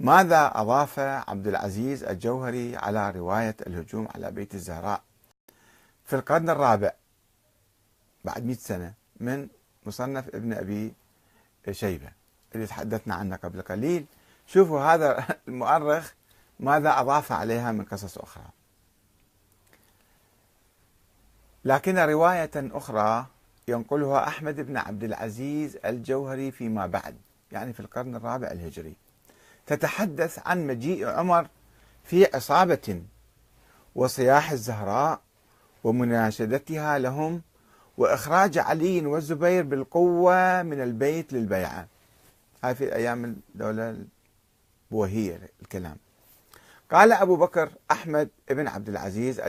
ماذا أضاف عبد العزيز الجوهري على رواية الهجوم على بيت الزهراء في القرن الرابع بعد 100 سنة من مصنف ابن أبي شيبة اللي تحدثنا عنه قبل قليل؟ شوفوا هذا المؤرخ ماذا أضاف عليها من قصص أخرى. لكن رواية أخرى ينقلها أحمد بن عبد العزيز الجوهري فيما بعد، يعني في القرن الرابع الهجري، تتحدث عن مجيء عمر في عصابة وصياح الزهراء ومناشدتها لهم وإخراج علي والزبير بالقوة من البيت للبيعة. هاي في أيام الدولة البويهية الكلام. قال أبو بكر أحمد بن عبد العزيز